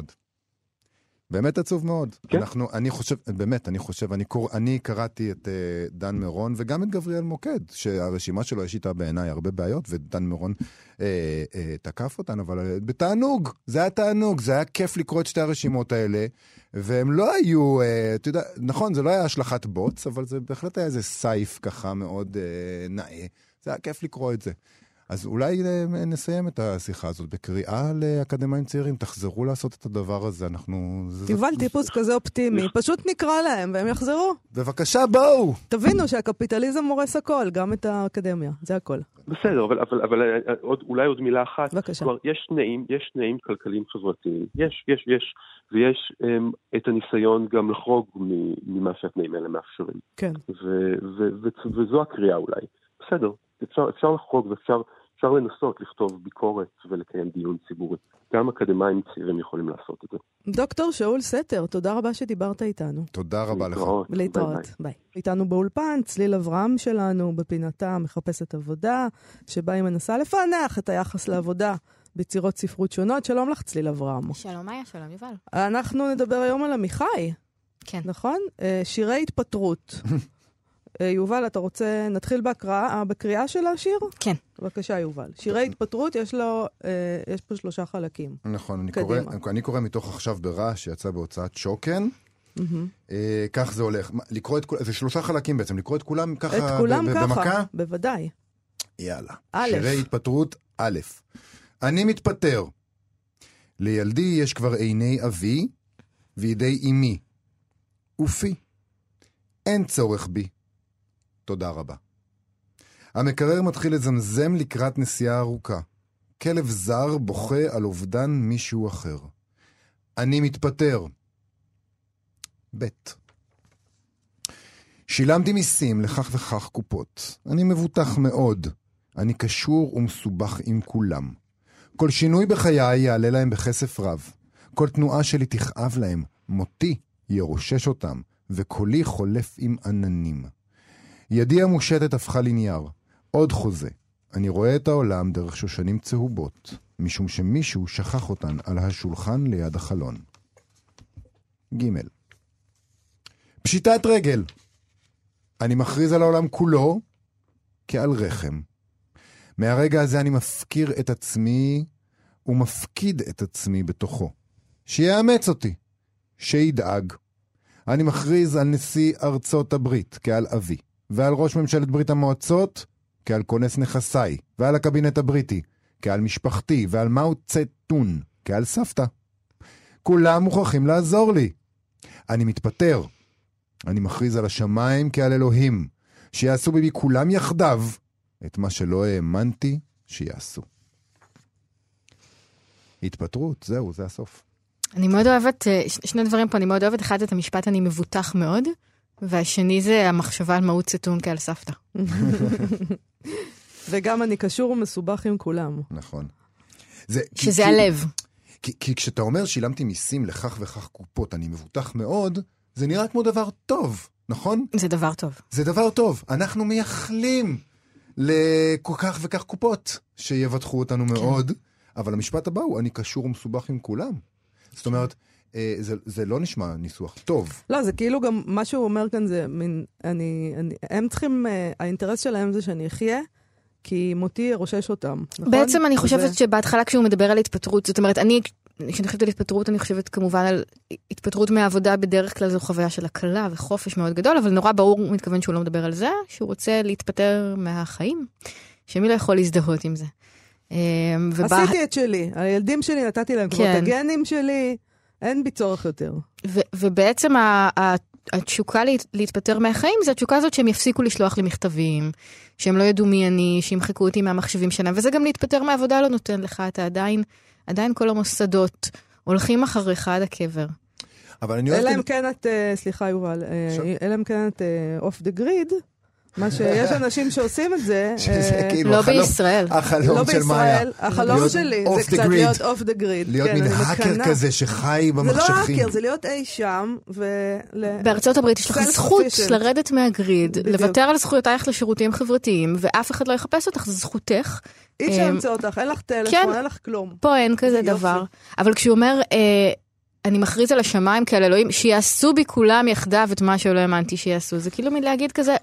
באמת עצוב מאוד. כן? אנחנו, אני חושב, באמת, אני חושב, אני, קור, אני קראתי את uh, דן מירון וגם את גבריאל מוקד, שהרשימה שלו יש איתה בעיניי הרבה בעיות, ודן מירון uh, uh, תקף אותן, אבל uh, בתענוג, זה היה תענוג, זה היה כיף לקרוא את שתי הרשימות האלה, והם לא היו, uh, אתה יודע, נכון, זה לא היה השלכת בוץ, אבל זה בהחלט היה איזה סייף ככה מאוד uh, נאה. זה היה כיף לקרוא את זה. אז אולי נסיים את השיחה הזאת בקריאה לאקדמיים צעירים, תחזרו לעשות את הדבר הזה, אנחנו... יובל טיפוס כזה אופטימי, פשוט נקרא להם והם יחזרו. בבקשה, בואו! תבינו שהקפיטליזם מורס הכל, גם את האקדמיה, זה הכל. בסדר, אבל, אבל, אבל עוד, אולי עוד מילה אחת. בבקשה. כלומר, יש תנאים, יש תנאים כלכליים חברתיים, יש, יש, יש, ויש um, את הניסיון גם לחרוג ממה שהתנאים האלה מאפשרים. כן. ו, ו, ו, וזו הקריאה אולי. בסדר. אפשר, אפשר לחרוג ואפשר אפשר לנסות לכתוב ביקורת ולקיים דיון ציבורי. גם אקדמיים צעירים יכולים לעשות את זה. דוקטור שאול סתר, תודה רבה שדיברת איתנו. תודה רבה לך. להתראות. ביי. איתנו באולפן, צליל אברהם שלנו, בפינתה מחפשת עבודה, שבה היא מנסה לפענח את היחס לעבודה ביצירות ספרות שונות. שלום לך, צליל אברהם. שלום, מאיה, שלום, יובל. אנחנו נדבר היום על עמיחי. כן. נכון? שירי התפטרות. יובל, אתה רוצה, נתחיל בהקראה, בקריאה של השיר? כן. בבקשה, יובל. שירי התפטרות, יש לו, יש פה שלושה חלקים. נכון, אני קורא, אני קורא מתוך עכשיו ברעש, שיצא בהוצאת שוקן. כך זה הולך. לקרוא את כולם, זה שלושה חלקים בעצם, לקרוא את כולם ככה במכה? את כולם ככה, בוודאי. יאללה. שירי התפטרות, א'. אני מתפטר. לילדי יש כבר עיני אבי, וידי אמי. ופי. אין צורך בי. תודה רבה. המקרר מתחיל לזמזם לקראת נסיעה ארוכה. כלב זר בוכה על אובדן מישהו אחר. אני מתפטר. ב'. שילמתי מיסים לכך וכך קופות. אני מבוטח מאוד. אני קשור ומסובך עם כולם. כל שינוי בחיי יעלה להם בכסף רב. כל תנועה שלי תכאב להם. מותי ירושש אותם, וקולי חולף עם עננים. ידי המושטת הפכה לנייר. עוד חוזה. אני רואה את העולם דרך שושנים צהובות, משום שמישהו שכח אותן על השולחן ליד החלון. ג'. פשיטת רגל. אני מכריז על העולם כולו כעל רחם. מהרגע הזה אני מפקיר את עצמי ומפקיד את עצמי בתוכו. שיאמץ אותי. שידאג. אני מכריז על נשיא ארצות הברית כעל אבי, ועל ראש ממשלת ברית המועצות כעל כונס נכסיי, ועל הקבינט הבריטי כעל משפחתי, ועל מאו צטון כעל סבתא. כולם מוכרחים לעזור לי. אני מתפטר. אני מכריז על השמיים כעל אלוהים, שיעשו בי כולם יחדיו את מה שלא האמנתי שיעשו. התפטרות, זהו, זה הסוף. אני מאוד אוהבת, שני דברים פה, אני מאוד אוהבת, אחד את המשפט אני מבוטח מאוד, והשני זה המחשבה על מאו צטון כעל סבתא. וגם אני קשור ומסובך עם כולם. נכון. שזה כי, הלב. כי, כי כשאתה אומר שילמתי מיסים לכך וכך קופות, אני מבוטח מאוד, זה נראה כמו דבר טוב, נכון? זה דבר טוב. זה דבר טוב. אנחנו מייחלים לכל כך וכך קופות שיבטחו אותנו כן. מאוד, אבל המשפט הבא הוא, אני קשור ומסובך עם כולם. זאת אומרת, זה, זה לא נשמע ניסוח טוב. לא, זה כאילו גם, מה שהוא אומר כאן זה, מין, אני, אני, הם צריכים, האינטרס שלהם זה שאני אחיה, כי מותי ירושש אותם. נכון? בעצם אני חושבת זה... שבהתחלה כשהוא מדבר על התפטרות, זאת אומרת, אני, כשאני חושבת על התפטרות, אני חושבת כמובן על התפטרות מהעבודה, בדרך כלל זו חוויה של הקלה וחופש מאוד גדול, אבל נורא ברור, הוא מתכוון שהוא לא מדבר על זה, שהוא רוצה להתפטר מהחיים, שמי לא יכול להזדהות עם זה. ובא... עשיתי את שלי, הילדים שלי נתתי להם, כן. כבר את הגנים שלי, אין בי צורך יותר. ו- ובעצם התשוקה להתפטר מהחיים, זה התשוקה הזאת שהם יפסיקו לשלוח לי מכתבים, שהם לא ידעו מי אני, שימחקו אותי מהמחשבים שלהם, וזה גם להתפטר מהעבודה לא נותן לך, אתה עדיין, עדיין כל המוסדות הולכים אחריך עד הקבר. אבל אני אלא אם כן את, סליחה יובל, אלא אם כן את אוף דה גריד, מה שיש אנשים שעושים את זה, לא בישראל. החלום של מאיה. החלום שלי זה קצת להיות אוף דה גריד. להיות מין האקר כזה שחי במחשכים. זה לא האקר, זה להיות אי שם. בארצות הברית יש לך זכות לרדת מהגריד, לוותר על זכויותייך לשירותים חברתיים, ואף אחד לא יחפש אותך, זה זכותך. אי אפשר למצוא אותך, אין לך טלפון, אין לך כלום. פה אין כזה דבר. אבל כשהוא אומר, אני מכריז על השמיים כאל אלוהים, שיעשו בי כולם יחדיו את מה שלא האמנתי שיעשו. זה כאילו מלהגיד כזה,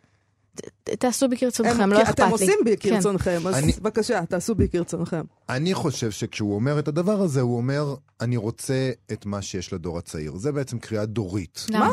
תעשו בי כרצונכם, לא אכפת לי. אתם עושים בי כרצונכם, אז בבקשה, תעשו בי כרצונכם. אני חושב שכשהוא אומר את הדבר הזה, הוא אומר, אני רוצה את מה שיש לדור הצעיר. זה בעצם קריאה דורית. מה?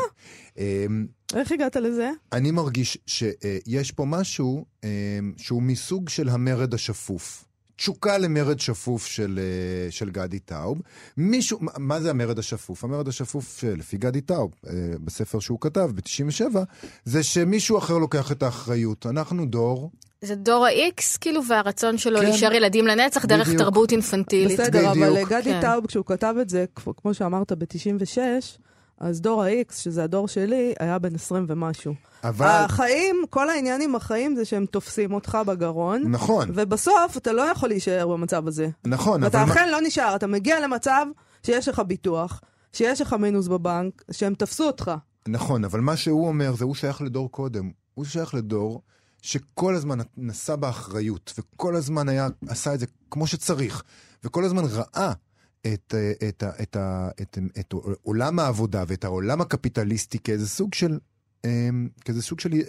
איך הגעת לזה? אני מרגיש שיש פה משהו שהוא מסוג של המרד השפוף. תשוקה למרד שפוף של, של גדי טאוב. מישהו, מה זה המרד השפוף? המרד השפוף לפי גדי טאוב, בספר שהוא כתב ב-תשעים ושבע, זה שמישהו אחר לוקח את האחריות. אנחנו דור... זה דור ה-X, כאילו, והרצון שלו כן. להישאר ילדים לנצח דרך בדיוק. תרבות אינפנטילית. בסדר, בדיוק. אבל גדי כן. טאוב, כשהוא כתב את זה, כמו שאמרת, ב-תשעים ושש, אז דור ה-X, שזה הדור שלי, היה בן עשרים ומשהו. אבל... החיים, כל העניין עם החיים זה שהם תופסים אותך בגרון. נכון. ובסוף אתה לא יכול להישאר במצב הזה. נכון. ואתה אבל... אכן לא נשאר, אתה מגיע למצב שיש לך ביטוח, שיש לך מינוס בבנק, שהם תפסו אותך. נכון, אבל מה שהוא אומר זה הוא שייך לדור קודם. הוא שייך לדור שכל הזמן נסע באחריות, וכל הזמן היה, עשה את זה כמו שצריך, וכל הזמן ראה את, את, את, את, את, את עולם העבודה ואת העולם הקפיטליסטי כאיזה סוג של כזה סוג של,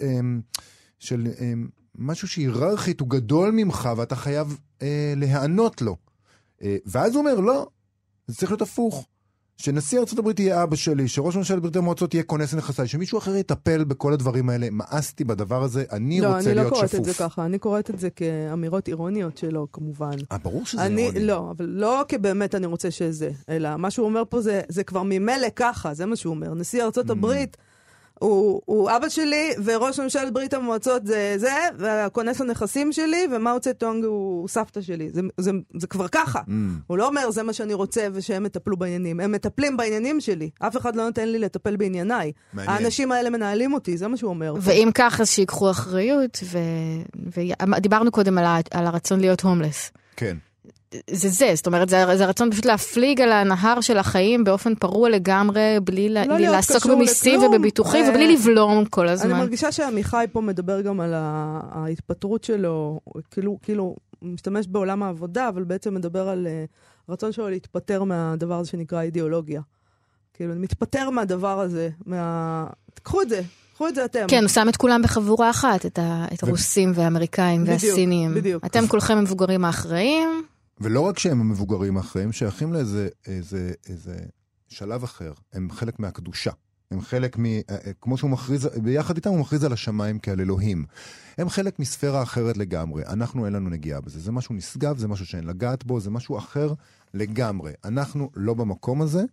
של משהו שהיררכית הוא גדול ממך, ואתה חייב להיענות לו. ואז הוא אומר, לא, זה צריך להיות הפוך. שנשיא ארצות הברית יהיה אבא שלי, שראש ממשלת ברית המועצות יהיה כונס נכסי, שמישהו אחר יטפל בכל הדברים האלה. מאסתי בדבר הזה, אני לא, רוצה אני להיות לא שפוף. קוראת את זה ככה, אני קוראת את זה כאמירות אירוניות שלו, כמובן. אה, ברור שזה אני, אירוני. לא, אבל לא כבאמת אני רוצה שזה, אלא מה שהוא אומר פה זה, זה כבר ממילא ככה, זה מה שהוא אומר. נשיא ארצות הברית, הוא, הוא אבא שלי, וראש ממשלת ברית המועצות זה זה, והכונס הנכסים שלי, ומאו צטונג הוא סבתא שלי. זה, זה, זה כבר ככה. Mm. הוא לא אומר, זה מה שאני רוצה, ושהם מטפלו בעניינים. הם מטפלים בעניינים שלי. אף אחד לא נותן לי לטפל בענייניי. מעניין. האנשים האלה מנהלים אותי, זה מה שהוא אומר. ואם כך, אז שיקחו אחריות, ו... ודיברנו קודם על, ה... על הרצון להיות הומלס. כן. זה זה, זאת אומרת, זה, זה רצון פשוט להפליג על הנהר של החיים באופן פרוע לגמרי, בלי לא לעסוק במיסים ובביטוחים, ובלי לבלום כל הזמן. אני מרגישה שעמיחי פה מדבר גם על ההתפטרות שלו, כאילו, כאילו, משתמש בעולם העבודה, אבל בעצם מדבר על רצון שלו להתפטר מהדבר הזה שנקרא אידיאולוגיה. כאילו, אני מתפטר מהדבר הזה, מה... תקחו את זה. קחו את זה אתם. כן, הוא שם את כולם בחבורה אחת, את, ה... את הרוסים והאמריקאים והסינים. בדיוק. אתם כולכם המבוגרים האחראים. ולא רק שהם המבוגרים האחרים, שייכים לאיזה איזה, איזה שלב אחר. הם חלק מהקדושה. הם חלק מ... כמו שהוא מכריז, ביחד איתם הוא מכריז על השמיים כעל אלוהים. הם חלק מספירה אחרת לגמרי. אנחנו אין לנו נגיעה בזה. זה משהו נשגב, זה משהו שאין לגעת בו, זה משהו אחר לגמרי. אנחנו לא במקום הזה,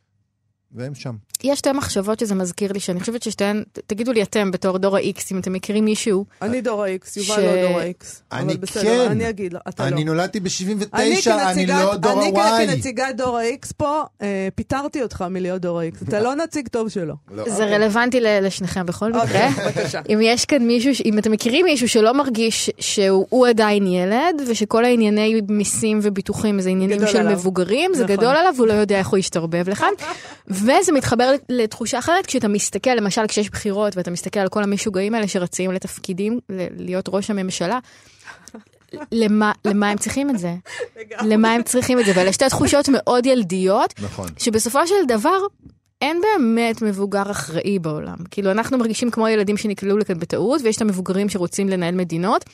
והם שם. יש שתי מחשבות שזה מזכיר לי, שאני חושבת ששתיהן, תגידו לי אתם בתור דור ה-X, אם אתם מכירים מישהו. אני דור ה-X, יובל לא דור ה-X. אני כן. אני אגיד, אתה לא. אני נולדתי ב-שבעים ותשע, אני לא דור ה-Y. אני כנציגת דור ה-X פה, פיתרתי אותך מלהיות דור ה-X. אתה לא נציג טוב שלו. זה רלוונטי לשניכם בכל מקרה. אם יש כאן מישהו, אם אתם מכירים מישהו שלא מרגיש שהוא עדיין ילד, ושכל הענייני מיסים וביטוחים זה עניינים של מבוגרים, זה גדול עליו, הוא לא יודע איך הוא ישתרבב לכאן. וזה מתחבר לתחושה אחרת, כשאתה מסתכל, למשל כשיש בחירות, ואתה מסתכל על כל המשוגעים האלה שרצים לתפקידים, להיות ראש הממשלה, למה, למה הם צריכים את זה? למה הם צריכים את זה? ואלה שתי תחושות מאוד ילדיות, נכון. שבסופו של דבר, אין באמת מבוגר אחראי בעולם. כאילו, אנחנו מרגישים כמו ילדים שנקלעו לכאן בטעות, ויש את המבוגרים שרוצים לנהל מדינות,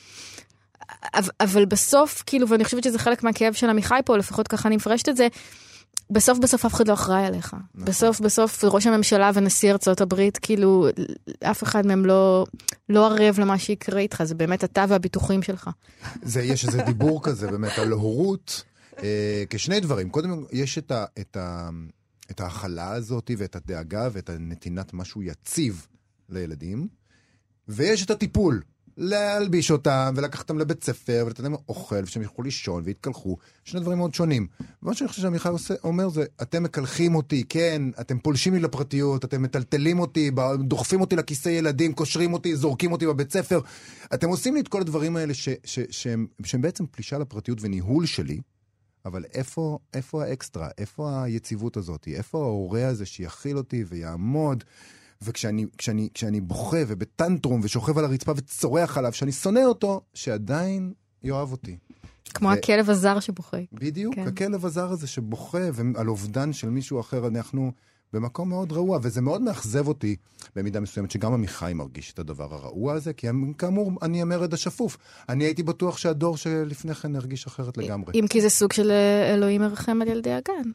אבל בסוף, כאילו, ואני חושבת שזה חלק מהכאב של עמיחי פה, לפחות ככה אני מפרשת את זה, בסוף בסוף אף אחד לא אחראי עליך. נכון. בסוף בסוף ראש הממשלה ונשיא ארצות הברית, כאילו אף אחד מהם לא, לא ערב למה שיקרה איתך, זה באמת אתה והביטוחים שלך. זה, יש איזה דיבור כזה באמת על הורות, אה, כשני דברים. קודם יש את, ה, את, ה, את ההחלה הזאת ואת הדאגה ואת הנתינת משהו יציב לילדים, ויש את הטיפול. להלביש אותם, ולקח אותם לבית ספר, ולתת להם אוכל, ושהם יוכלו לישון, והתקלחו. שני דברים מאוד שונים. ומה שאני חושב שעמיחי אומר זה, אתם מקלחים אותי, כן, אתם פולשים לי לפרטיות, אתם מטלטלים אותי, דוחפים אותי לכיסא ילדים, קושרים אותי, זורקים אותי בבית ספר. אתם עושים לי את כל הדברים האלה, ש, ש, שהם, שהם בעצם פלישה לפרטיות וניהול שלי, אבל איפה, איפה האקסטרה? איפה היציבות הזאת? איפה ההורה הזה שיכיל אותי ויעמוד? וכשאני כשאני, כשאני בוכה ובטנטרום ושוכב על הרצפה וצורח עליו, שאני שונא אותו, שעדיין יאהב אותי. כמו ו... הכלב הזר שבוכה. בדיוק, כן. הכלב הזר הזה שבוכה, ועל אובדן של מישהו אחר, אנחנו במקום מאוד רעוע, וזה מאוד מאכזב אותי, במידה מסוימת, שגם עמיחי מרגיש את הדבר הרעוע הזה, כי כאמור, אני המרד השפוף. אני הייתי בטוח שהדור שלפני כן הרגיש אחרת לגמרי. אם כי זה סוג של אלוהים מרחם על ילדי הגן.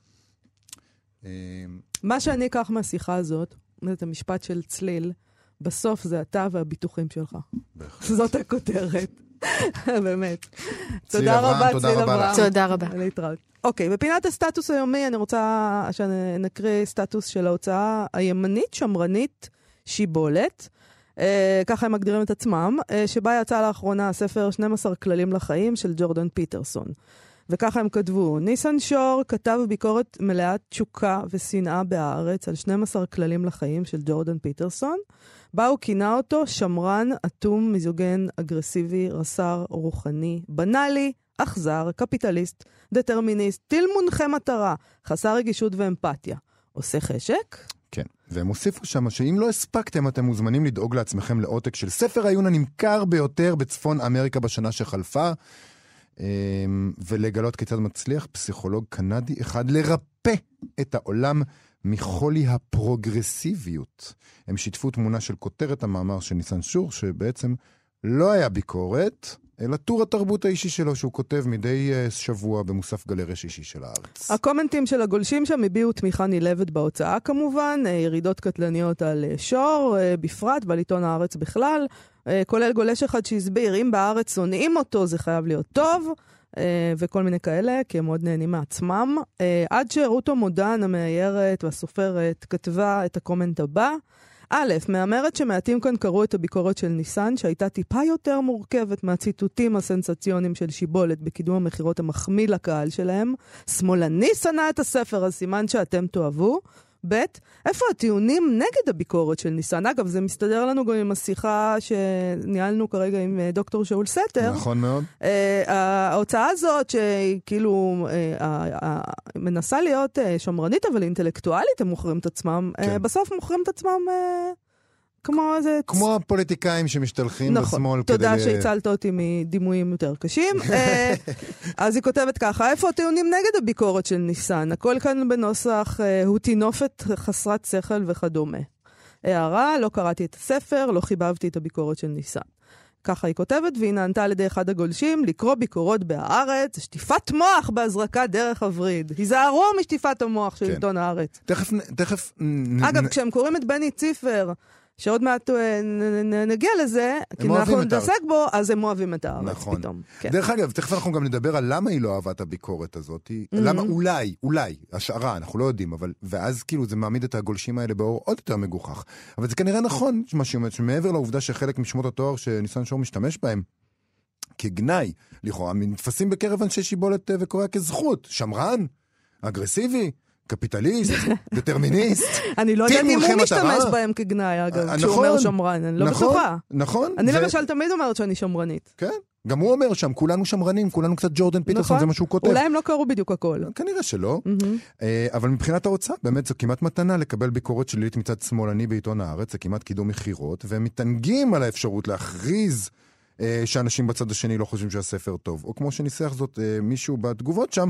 מה שאני אקח מהשיחה הזאת, את המשפט של צליל, בסוף זה אתה והביטוחים שלך. זאת הכותרת. באמת. תודה רבה, צליל אברהם. תודה רבה. להתראות. אוקיי, בפינת הסטטוס היומי, אני רוצה שנקריא סטטוס של ההוצאה הימנית, שמרנית, שיבולת. ככה הם מגדירים את עצמם, שבה יצא לאחרונה הספר שנים עשר כללים לחיים של ג'ורדן פיטרסון. וככה הם כתבו, ניסן שור כתב ביקורת מלאת תשוקה ושנאה בארץ על שנים עשר כללים לחיים של ג'ורדן פיטרסון, בה הוא כינה אותו שמרן, אטום, מיזוגן, אגרסיבי, רס"ר, רוחני, בנאלי, אכזר, קפיטליסט, דטרמיניסט, טיל מונחה מטרה, חסר רגישות ואמפתיה. עושה חשק? כן, והם הוסיפו שם שאם לא הספקתם, אתם מוזמנים לדאוג לעצמכם לעותק של ספר העיון הנמכר ביותר בצפון אמריקה בשנה שחלפה, ולגלות כיצד מצליח פסיכולוג קנדי אחד לרפא את העולם מחולי הפרוגרסיביות. הם שיתפו תמונה של כותרת המאמר של ניסן שור, שבעצם לא היה ביקורת, אלא טור התרבות האישי שלו, שהוא כותב מדי שבוע במוסף גלריה שישי של הארץ. הקומנטים של הגולשים שם הביעו תמיכה נלהבת בהוצאה כמובן, ירידות קטלניות על שור, בפרט, ועל עיתון הארץ בכלל, כולל גולש אחד שהסביר, אם בארץ שונאים אותו זה חייב להיות טוב, וכל מיני כאלה, כי הם מאוד נהנים מעצמם. עד שרוטו מודן, המאיירת והסופרת, כתבה את הקומנט הבא, א', מאמרת שמעטים כאן קראו את הביקורת של ניסן, שהייתה טיפה יותר מורכבת מהציטוטים הסנסציוניים של שיבולת בקידום המחירות המחמיא לקהל שלהם. שמאלני שנא את הספר, אז סימן שאתם תאהבו. ב', איפה הטיעונים נגד הביקורת של ניסן? אגב, זה מסתדר לנו גם עם השיחה שניהלנו כרגע עם דוקטור שאול סתר. נכון מאוד. ההוצאה הזאת, שהיא כאילו מנסה להיות שמרנית, אבל אינטלקטואלית, הם מוכרים את עצמם. בסוף מוכרים את עצמם כמו איזה... כמו הפוליטיקאים שמשתלחים בשמאל. נכון, תודה שהצלת אותי מדימויים יותר קשים. אז היא כותבת ככה, איפה הטיעונים נגד הביקורת של ניסן? הכל כאן בנוסח הוא תינופת חסרת שכל וכדומה. הערה, לא קראתי את הספר, לא חיבבתי את הביקורת של ניסן. ככה היא כותבת, והיא נענתה על ידי אחד הגולשים, לקרוא ביקורות בהארץ, שטיפת מוח בהזרקה דרך הווריד. היזהרו משטיפת המוח של עיתון הארץ. תכף, תכף... אגב, כשהם קוראים את בני ציפר, שעוד מעט נגיע לזה, כי אנחנו נתעסק בו, אז הם אוהבים את הארץ נכון. פתאום. כן. דרך אגב, תכף אנחנו גם נדבר על למה היא לא אהבה את הביקורת הזאת. Mm-hmm. למה אולי, אולי, השערה, אנחנו לא יודעים, אבל, ואז כאילו זה מעמיד את הגולשים האלה באור עוד יותר מגוחך. אבל זה כנראה נכון, מה שהיא אומרת, שמעבר לעובדה שחלק משמות התואר שניסן שור משתמש בהם, כגנאי, לכאורה, נתפסים בקרב אנשי שיבולת וקורא כזכות, שמרן, אגרסיבי, קפיטליסט, דטרמיניסט. אני לא יודעת אם הוא משתמש בהם כגנאי, אגב, כשהוא אומר שמרן, אני לא בטוחה. נכון. אני למשל תמיד אומרת שאני שמרנית. כן, גם הוא אומר שם, כולנו שמרנים, כולנו קצת ג'ורדן פיטרסון, זה מה שהוא כותב. אולי הם לא קראו בדיוק הכל. כנראה שלא, אבל מבחינת ההוצאה, באמת זו כמעט מתנה לקבל ביקורת שלילית מצד שמאלני בעיתון הארץ, זה כמעט קידום מחירות, והם מתענגים על האפשרות להכריז שאנשים בצד השני לא חושבים שהספר טוב. או כמו שניסח זאת מישהו בתגובות שם,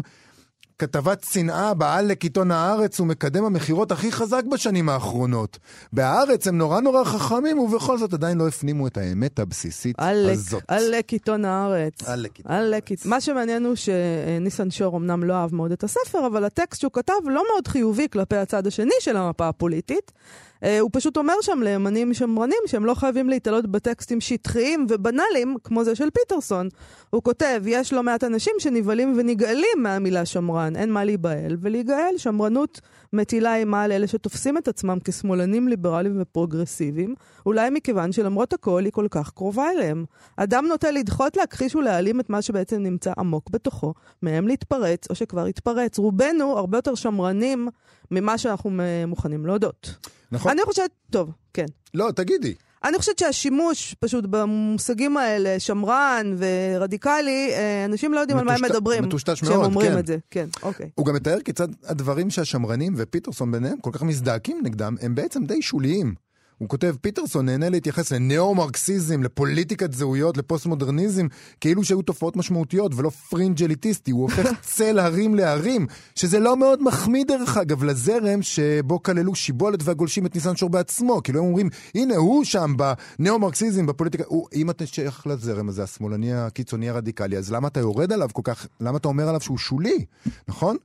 כתבת צנעה בעל לכיתון הארץ הוא מקדם המחירות הכי חזק בשנים האחרונות. בארץ הם נורא נורא חכמים, ובכל זאת עדיין לא הפנימו את האמת הבסיסית הזאת. על לכיתון הארץ. על לכיתון. מה שמעניין הוא שניסן שור אמנם לא אהב מאוד את הספר, אבל הטקסט שהוא כתב לא מאוד חיובי כלפי הצד השני של המפה הפוליטית. הוא פשוט אומר שם לימנים שמרנים שהם לא חייבים להתעלות בטקסטים שטחיים ובנאליים כמו זה של פיטרסון. הוא כותב, יש לא מעט אנשים שנבהלים ונגאלים מהמילה שמרן, אין מה להיבהל ולהיגאל. שמרנות מטילה אימה על אלה שתופסים את עצמם כשמאלנים ליברליים ופרוגרסיביים, אולי מכיוון שלמרות הכל היא כל כך קרובה אליהם. אדם נוטה לדחות, להכחיש ולהעלים את מה שבעצם נמצא עמוק בתוכו, מהם להתפרץ או שכבר התפרץ. רובנו הרבה יותר שמרנים ממה שאנחנו מוכנים להודות. נכון. אני חושבת, טוב, כן. לא, תגידי. אני חושבת שהשימוש פשוט במושגים האלה, שמרן ורדיקלי, אנשים לא יודעים על מה הם מדברים. מטושטש מאוד, כשהם אומרים כן. את זה, כן, אוקיי. הוא גם מתאר כיצד הדברים שהשמרנים ופיטרסון ביניהם כל כך מזדעקים נגדם, הם בעצם די שוליים. הוא כותב, פיטרסון נהנה להתייחס לנאו-מרקסיזם, לפוליטיקת זהויות, לפוסט-מודרניזם, כאילו שהיו תופעות משמעותיות ולא פרינג' אליטיסטי. הוא הופך צל הרים להרים, שזה לא מאוד מחמיא דרך אגב לזרם שבו כללו שיבולת והגולשים את ניסן שור בעצמו. כאילו הם אומרים, הנה הוא שם בנאו-מרקסיזם, בפוליטיקה. הוא, אם אתה שייך לזרם הזה, השמאלני הקיצוני הרדיקלי, אז למה אתה יורד עליו כל כך, למה אתה אומר עליו שהוא שולי? נכון?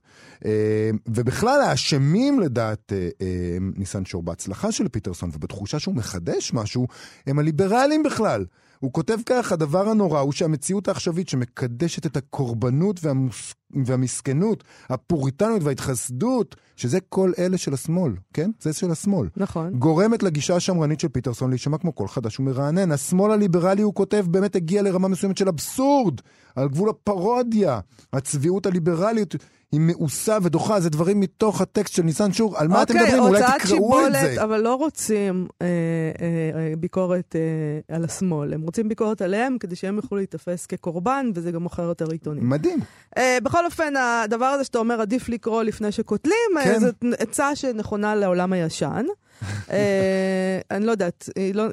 ובכלל האשמים לדעת ניסן שור בהצלחה של פיטרסון ובתחושה שהוא מחדש משהו, הם הליברלים בכלל. הוא כותב כך, הדבר הנורא הוא שהמציאות העכשווית שמקדשת את הקורבנות והמוס... והמסכנות, הפוריטניות וההתחסדות, שזה כל אלה של השמאל, כן? זה של השמאל. נכון. גורמת לגישה השמרנית של פיטרסון להישמע כמו כל חדש ומרענן. השמאל הליברלי, הוא כותב, באמת הגיע לרמה מסוימת של אבסורד, על גבול הפרודיה. הצביעות הליברלית היא מאוסה ודוחה, זה דברים מתוך הטקסט של ניסן שור. על מה אתם מדברים? אולי תקראו שיבולת, את זה. אבל לא רוצים אה, אה, ביקורת אה, על השמאל. הם רוצים ביקורת עליהם כדי שהם יוכלו להתאפס כקורבן, וזה גם מוכר יותר עיתונים. מדהים. אה, בכל אופן, הדבר הזה שאתה אומר, עדיף לקרוא לפני שקוטלים, כן. זאת עצה שנכונה לעולם הישן. אני לא יודעת,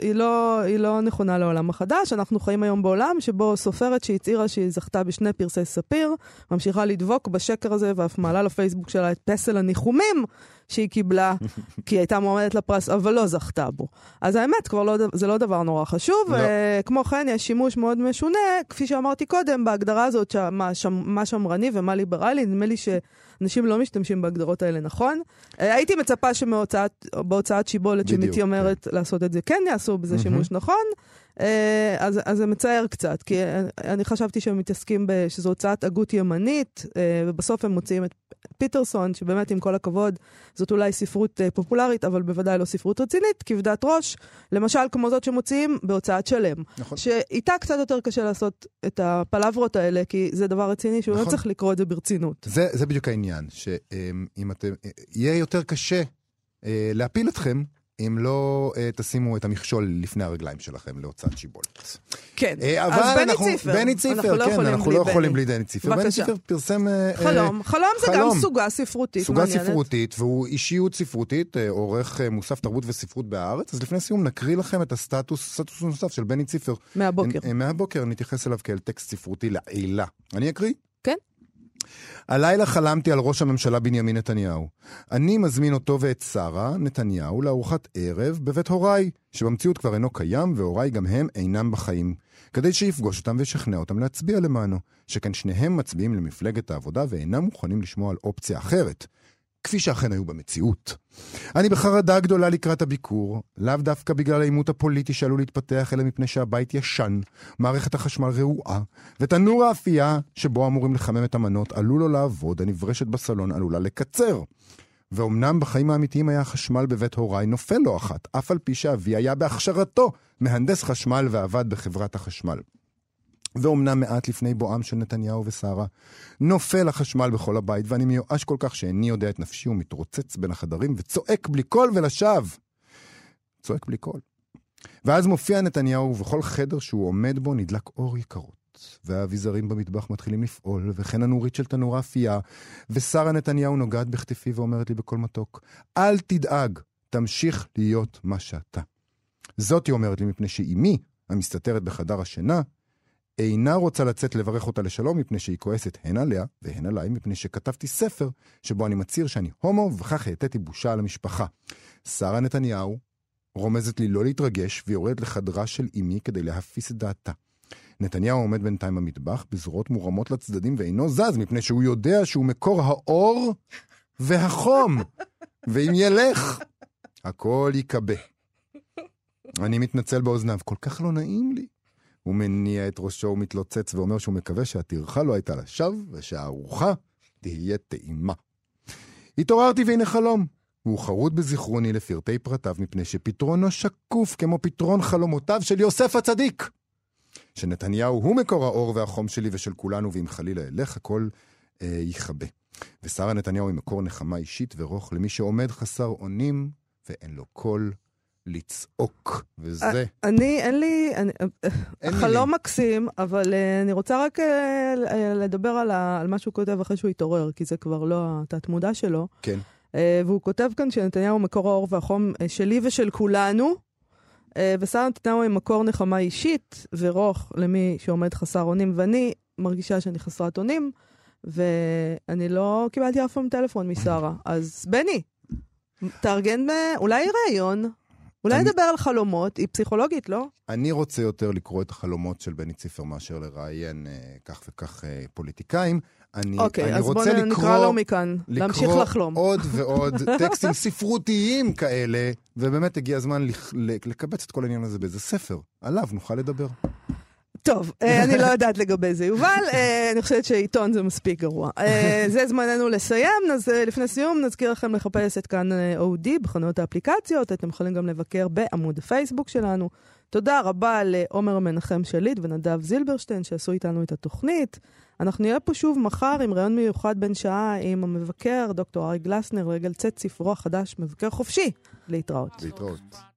היא לא נכונה לעולם החדש. אנחנו חיים היום בעולם שבו סופרת שהצהירה שהיא זכתה בשני פרסי ספיר, ממשיכה לדבוק בשקר הזה, ואף מעלה לפייסבוק שלה את פסל הניחומים שהיא קיבלה, כי היא הייתה מועמדת לפרס, אבל לא זכתה בו. אז האמת, כבר לא, זה לא דבר נורא חשוב. לא. כמו כן, יש שימוש מאוד משונה, כפי שאמרתי קודם, בהגדרה הזאת, מה, מה שמרני ומה ליברלי, נדמה לי שאנשים לא משתמשים בהגדרות האלה, נכון? הייתי מצפה שבהוצאת שיבולת שמתיימרת כן. לעשות את זה, כן יעשו בזה mm-hmm. שימוש נכון, אז, אז זה מצער קצת, כי אני חשבתי שהם מתעסקים שזו הוצאת הגות ימנית, ובסוף הם מוציאים את פיטרסון, שבאמת עם כל הכבוד, זאת אולי ספרות פופולרית, אבל בוודאי לא ספרות רצינית, כבדת ראש, למשל כמו זאת שמוציאים בהוצאת שלם. נכון. שאיתה קצת יותר קשה לעשות את הפלברות האלה, כי זה דבר רציני שהוא נכון. לא צריך לקרוא את זה ברצינות. זה, זה בדיוק העניין, שאם אתם, יהיה יותר קשה להפיל אתכם, אם לא uh, תשימו את המכשול לפני הרגליים שלכם להוצאת שיבולת. כן, uh, אז בני אנחנו, ציפר. בני ציפר, אנחנו כן, לא יכולים אנחנו בלי לא יכולים בלי בני ציפר. בני ציפר פרסם... Uh, חלום. Uh, חלום זה חלום. גם סוגה ספרותית. סוגה מעניינת. ספרותית, והוא אישיות ספרותית, uh, עורך uh, מוסף תרבות וספרות בארץ. אז לפני סיום נקריא לכם את הסטטוס, סטטוס נוסף של בני ציפר. מהבוקר. Uh, מהבוקר נתייחס אליו כאל טקסט ספרותי לעילה. אני אקריא? כן. הלילה חלמתי על ראש הממשלה בנימין נתניהו. אני מזמין אותו ואת שרה נתניהו לארוחת ערב בבית הוריי, שבמציאות כבר אינו קיים, והוריי גם הם אינם בחיים, כדי שיפגוש אותם וישכנע אותם להצביע למענו, שכן שניהם מצביעים למפלגת העבודה ואינם מוכנים לשמוע על אופציה אחרת, כפי שאכן היו במציאות. אני בחרדה גדולה לקראת הביקור, לאו דווקא בגלל העימות הפוליטי שעלול להתפתח, אלא מפני שהבית ישן, מערכת החשמל רעועה, ותנור האפייה שבו אמורים לחמם את המנות עלול לא לעבוד, הנברשת בסלון עלולה לקצר. ואומנם בחיים האמיתיים היה החשמל בבית הוריי נופל לו אחת, אף על פי שאבי היה בהכשרתו מהנדס חשמל ועבד בחברת החשמל. ואומנם מעט לפני בואם של נתניהו ושרה, נופל החשמל בכל הבית, ואני מיואש כל כך שאיני יודע את נפשי ומתרוצץ בין החדרים, וצועק בלי קול ולשווא. צועק בלי קול. ואז מופיע נתניהו, ובכל חדר שהוא עומד בו נדלק אור יקרות, והאביזרים במטבח מתחילים לפעול, וכן הנורית של תנור האפייה, ושרה נתניהו נוגעת בכתפי ואומרת לי בכל מתוק, אל תדאג, תמשיך להיות מה שאתה. זאת היא אומרת לי מפני שאימי, המסתתרת בחדר השינה, אינה רוצה לצאת לברך אותה לשלום, מפני שהיא כועסת הן עליה והן עליי, מפני שכתבתי ספר שבו אני מצהיר שאני הומו, וכך העתיתי בושה על המשפחה. שרה נתניהו רומזת לי לא להתרגש, ויורדת לחדרה של אמי כדי להפיס את דעתה. נתניהו עומד בינתיים במטבח, בזרועות מורמות לצדדים, ואינו זז, מפני שהוא יודע שהוא מקור האור והחום. ואם ילך, הכל יקבה. אני מתנצל באוזניו, כל כך לא נעים לי. הוא מניע את ראשו ומתלוצץ ואומר שהוא מקווה שהטרחה לא הייתה לשווא, ושהארוחה תהיה טעימה. התעוררתי והנה חלום. והוא חרוט בזיכרוני לפרטי פרטיו, מפני שפתרונו שקוף כמו פתרון חלומותיו של יוסף הצדיק. שנתניהו הוא מקור האור והחום שלי ושל כולנו, ואם חלילה אלך הכל אה, יכבה. ושרה נתניהו היא מקור נחמה אישית ורוך למי שעומד חסר אונים ואין לו קול לצעוק, וזה... אני, אין לי... חלום מקסים, אבל אני רוצה רק לדבר על מה שהוא כותב אחרי שהוא התעורר, כי זה כבר לא התת-מודע שלו. כן. והוא כותב כאן שנתניהו מקור האור והחום שלי ושל כולנו, ושרה נתניהו היא מקור נחמה אישית ורוך למי שעומד חסר אונים, ואני מרגישה שאני חסרת אונים, ואני לא קיבלתי אף פעם טלפון משרה. אז בני, תארגן אולי רעיון, אולי נדבר על חלומות, היא פסיכולוגית, לא? אני רוצה יותר לקרוא את החלומות של בני ציפר מאשר לראיין כך וכך פוליטיקאים. אוקיי, אז בואו נקרא לו מכאן, להמשיך לחלום. לקרוא עוד ועוד טקסטים ספרותיים כאלה, ובאמת הגיע הזמן לקבץ את כל העניין הזה באיזה ספר. עליו נוכל לדבר. טוב, אני לא יודעת לגבי זה, יובל, אני חושבת שעיתון זה מספיק גרוע. זה זמננו לסיים, אז לפני סיום נזכיר לכם לחפש את כאן או די בחנויות האפליקציות, אתם יכולים גם לבקר בעמוד הפייסבוק שלנו. תודה רבה לעומר מנחם שליט ונדב זילברשטיין שעשו איתנו את התוכנית. אנחנו נהיה פה שוב מחר עם רעיון מיוחד בין שעה עם המבקר, דוקטור ארי גלסנר, רגל צאת ספרו החדש, מבקר חופשי. להתראות. להתראות.